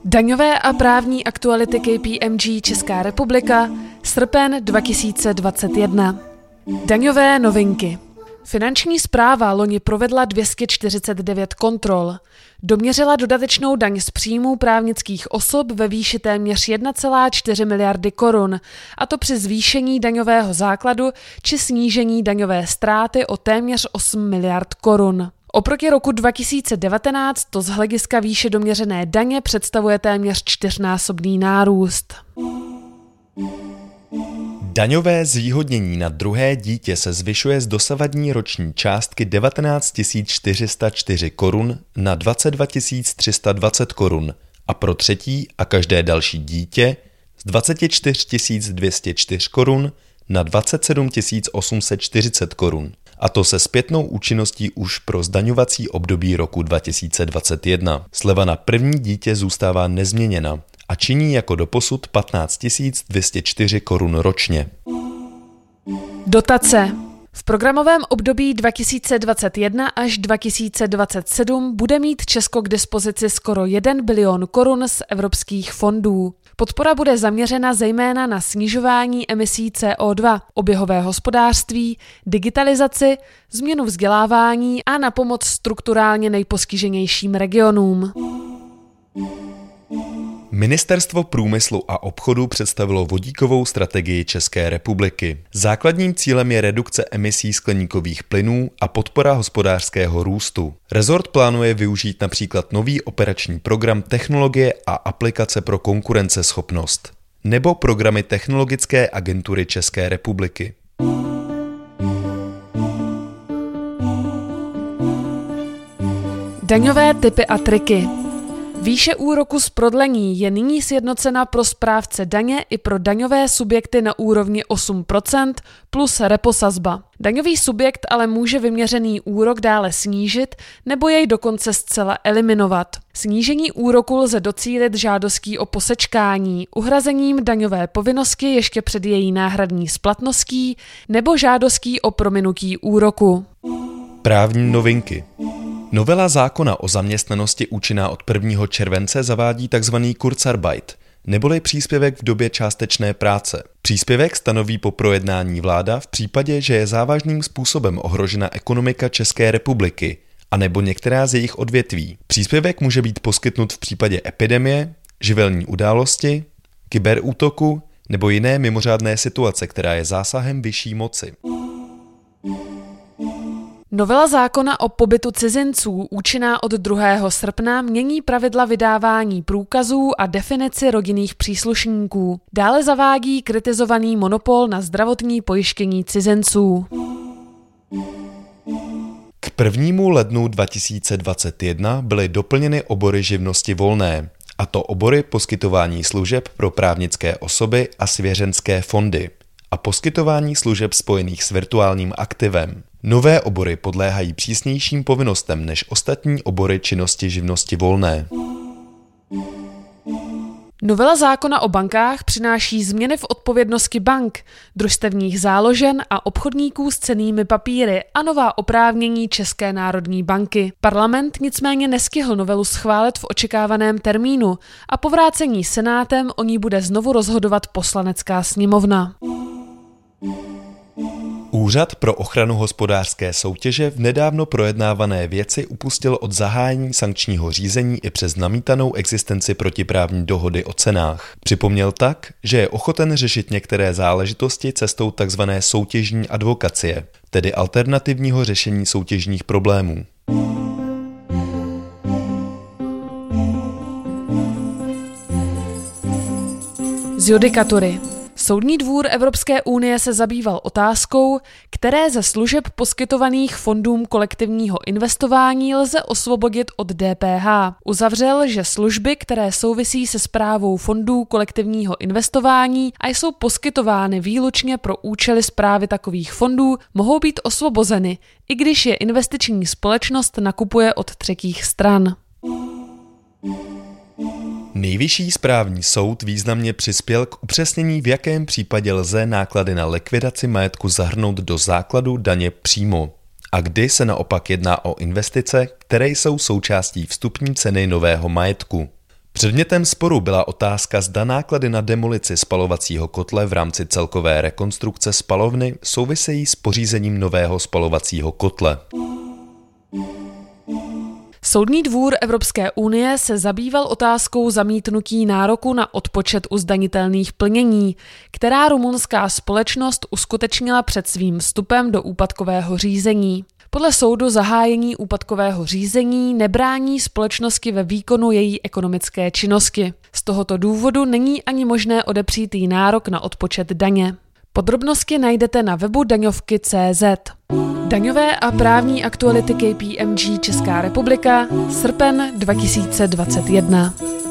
Daňové a právní aktuality KPMG Česká republika, srpen 2021. Daňové novinky. Finanční správa loni provedla 249 kontrol. Doměřila dodatečnou daň z příjmů právnických osob ve výši téměř 1,4 miliardy korun, a to při zvýšení daňového základu či snížení daňové ztráty o téměř 8 miliard korun. Oproti roku 2019 to z hlediska výše doměřené daně představuje téměř 4násobný nárůst. Daňové zvýhodnění na druhé dítě se zvyšuje z dosavadní roční částky 19 404 korun na 22 320 korun a pro třetí a každé další dítě z 24 204 korun na 27 840 korun. A to se zpětnou účinností už pro zdaňovací období roku 2021. Sleva na první dítě zůstává nezměněna a činí jako doposud 15 204 korun ročně. Dotace. V programovém období 2021 až 2027 bude mít Česko k dispozici skoro 1 bilion korun z evropských fondů. Podpora bude zaměřena zejména na snižování emisí CO2, oběhové hospodářství, digitalizaci, změnu vzdělávání a na pomoc strukturálně nejpostiženějším regionům. Ministerstvo průmyslu a obchodu představilo vodíkovou strategii České republiky. Základním cílem je redukce emisí skleníkových plynů a podpora hospodářského růstu. Rezort plánuje využít například nový operační program Technologie a aplikace pro konkurenceschopnost nebo programy Technologické agentury České republiky. Daňové tipy a triky. Výše úroku z prodlení je nyní sjednocena pro správce daně i pro daňové subjekty na úrovni 8% plus reposazba. Daňový subjekt ale může vyměřený úrok dále snížit nebo jej dokonce zcela eliminovat. Snížení úroku lze docílit žádostí o posečkání, uhrazením daňové povinnosti ještě před její náhradní splatností nebo žádostí o prominutí úroku. Právní novinky. Novela zákona o zaměstnanosti účinná od 1. července zavádí tzv. Kurzarbeit, neboli příspěvek v době částečné práce. Příspěvek stanoví po projednání vláda v případě, že je závažným způsobem ohrožena ekonomika České republiky anebo některá z jejich odvětví. Příspěvek může být poskytnut v případě epidemie, živelní události, kyberútoku nebo jiné mimořádné situace, která je zásahem vyšší moci. Novela zákona o pobytu cizinců, účinná od 2. srpna, mění pravidla vydávání průkazů a definici rodinných příslušníků. Dále zavádí kritizovaný monopol na zdravotní pojištění cizinců. K 1. lednu 2021 byly doplněny obory živnosti volné, a to obory poskytování služeb pro právnické osoby a svěřenské fondy a poskytování služeb spojených s virtuálním aktivem. Nové obory podléhají přísnějším povinnostem než ostatní obory činnosti živnosti volné. Novela zákona o bankách přináší změny v odpovědnosti bank, družstevních záložen a obchodníků s cennými papíry a nová oprávnění České národní banky. Parlament nicméně nestihl novelu schválit v očekávaném termínu a po vrácení Senátem o ní bude znovu rozhodovat Poslanecká sněmovna. Úřad pro ochranu hospodářské soutěže v nedávno projednávané věci upustil od zahájení sankčního řízení i přes namítanou existenci protiprávní dohody o cenách. Připomněl tak, že je ochoten řešit některé záležitosti cestou tzv. Soutěžní advokacie, tedy alternativního řešení soutěžních problémů. Z judikatury. Soudní dvůr Evropské unie se zabýval otázkou, které ze služeb poskytovaných fondům kolektivního investování lze osvobodit od DPH. Uzavřel, že služby, které souvisí se správou fondů kolektivního investování a jsou poskytovány výlučně pro účely správy takových fondů, mohou být osvobozeny, i když je investiční společnost nakupuje od třetích stran. Nejvyšší správní soud významně přispěl k upřesnění, v jakém případě lze náklady na likvidaci majetku zahrnout do základu daně přímo a kdy se naopak jedná o investice, které jsou součástí vstupní ceny nového majetku. Předmětem sporu byla otázka, zda náklady na demolici spalovacího kotle v rámci celkové rekonstrukce spalovny souvisejí s pořízením nového spalovacího kotle. Soudní dvůr Evropské unie se zabýval otázkou zamítnutí nároku na odpočet u zdanitelných plnění, která rumunská společnost uskutečnila před svým vstupem do úpadkového řízení. Podle soudu zahájení úpadkového řízení nebrání společnosti ve výkonu její ekonomické činnosti. Z tohoto důvodu není ani možné odepřít jí nárok na odpočet daně. Podrobnosti najdete na webu daňovky.cz. Daňové a právní aktuality KPMG Česká republika, srpen 2021.